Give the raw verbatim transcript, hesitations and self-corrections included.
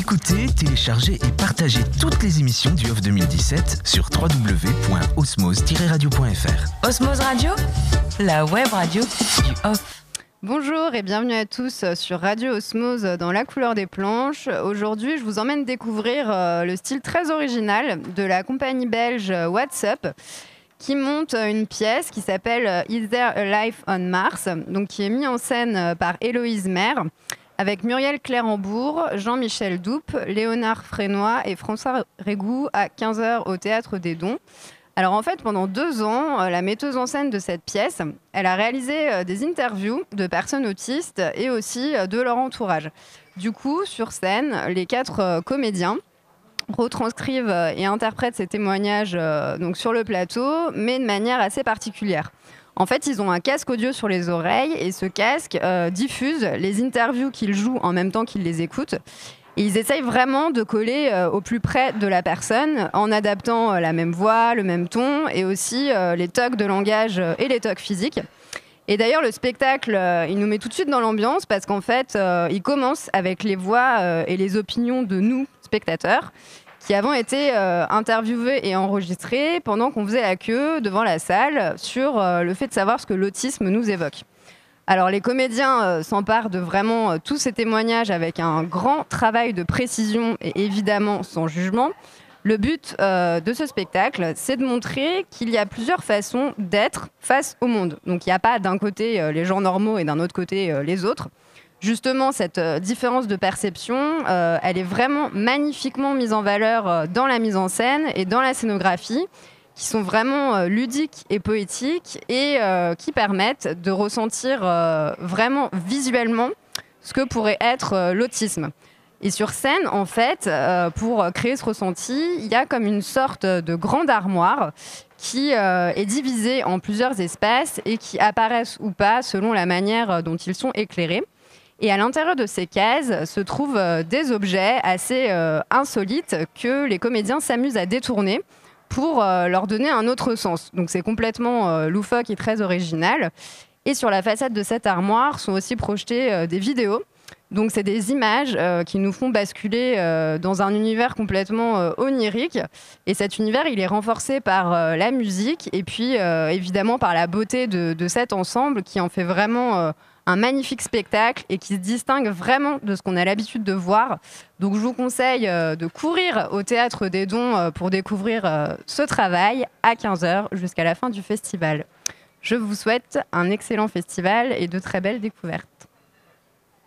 Écoutez, téléchargez et partagez toutes les émissions du Off deux mille dix-sept sur w w w point osmose tiret radio point f r. Osmose Radio, la web radio du Off. Bonjour et bienvenue à tous sur Radio Osmose dans la couleur des planches. Aujourd'hui, je vous emmène découvrir euh, le style très original de la compagnie belge What's Up, qui monte une pièce qui s'appelle Is There a Life on Mars, donc qui est mise en scène par Héloïse Maire, avec Muriel Clérambourg, Jean-Michel Doupe, Léonard Frénois et François Régou à quinze heures au Théâtre des Dons. Alors en fait, pendant deux ans, la metteuse en scène de cette pièce, elle a réalisé des interviews de personnes autistes et aussi de leur entourage. Du coup, sur scène, les quatre comédiens retranscrivent et interprètent ces témoignages donc sur le plateau, mais de manière assez particulière. En fait, ils ont un casque audio sur les oreilles et ce casque euh, diffuse les interviews qu'ils jouent en même temps qu'ils les écoutent. Et ils essayent vraiment de coller euh, au plus près de la personne en adaptant euh, la même voix, le même ton et aussi euh, les tocs de langage euh, et les tocs physiques. Et d'ailleurs, le spectacle, euh, il nous met tout de suite dans l'ambiance parce qu'en fait, euh, il commence avec les voix euh, et les opinions de nous, spectateurs, qui avons été euh, interviewés et enregistrés pendant qu'on faisait la queue devant la salle sur euh, le fait de savoir ce que l'autisme nous évoque. Alors les comédiens euh, s'emparent de vraiment euh, tous ces témoignages avec un grand travail de précision et évidemment sans jugement. Le but euh, de ce spectacle, c'est de montrer qu'il y a plusieurs façons d'être face au monde. Donc il n'y a pas d'un côté euh, les gens normaux et d'un autre côté euh, les autres. Justement, cette euh, différence de perception, euh, elle est vraiment magnifiquement mise en valeur euh, dans la mise en scène et dans la scénographie, qui sont vraiment euh, ludiques et poétiques et euh, qui permettent de ressentir euh, vraiment visuellement ce que pourrait être euh, l'autisme. Et sur scène, en fait, euh, pour créer ce ressenti, il y a comme une sorte de grande armoire qui euh, est divisée en plusieurs espaces et qui apparaissent ou pas selon la manière dont ils sont éclairés. Et à l'intérieur de ces cases se trouvent euh, des objets assez euh, insolites que les comédiens s'amusent à détourner pour euh, leur donner un autre sens. Donc c'est complètement euh, loufoque et très original. Et sur la façade de cette armoire sont aussi projetées euh, des vidéos. Donc c'est des images euh, qui nous font basculer euh, dans un univers complètement euh, onirique. Et cet univers, il est renforcé par euh, la musique et puis euh, évidemment par la beauté de, de cet ensemble qui en fait vraiment euh, un magnifique spectacle et qui se distingue vraiment de ce qu'on a l'habitude de voir. Donc je vous conseille euh, de courir au Théâtre des Dons euh, pour découvrir euh, ce travail à quinze heures jusqu'à la fin du festival. Je vous souhaite un excellent festival et de très belles découvertes.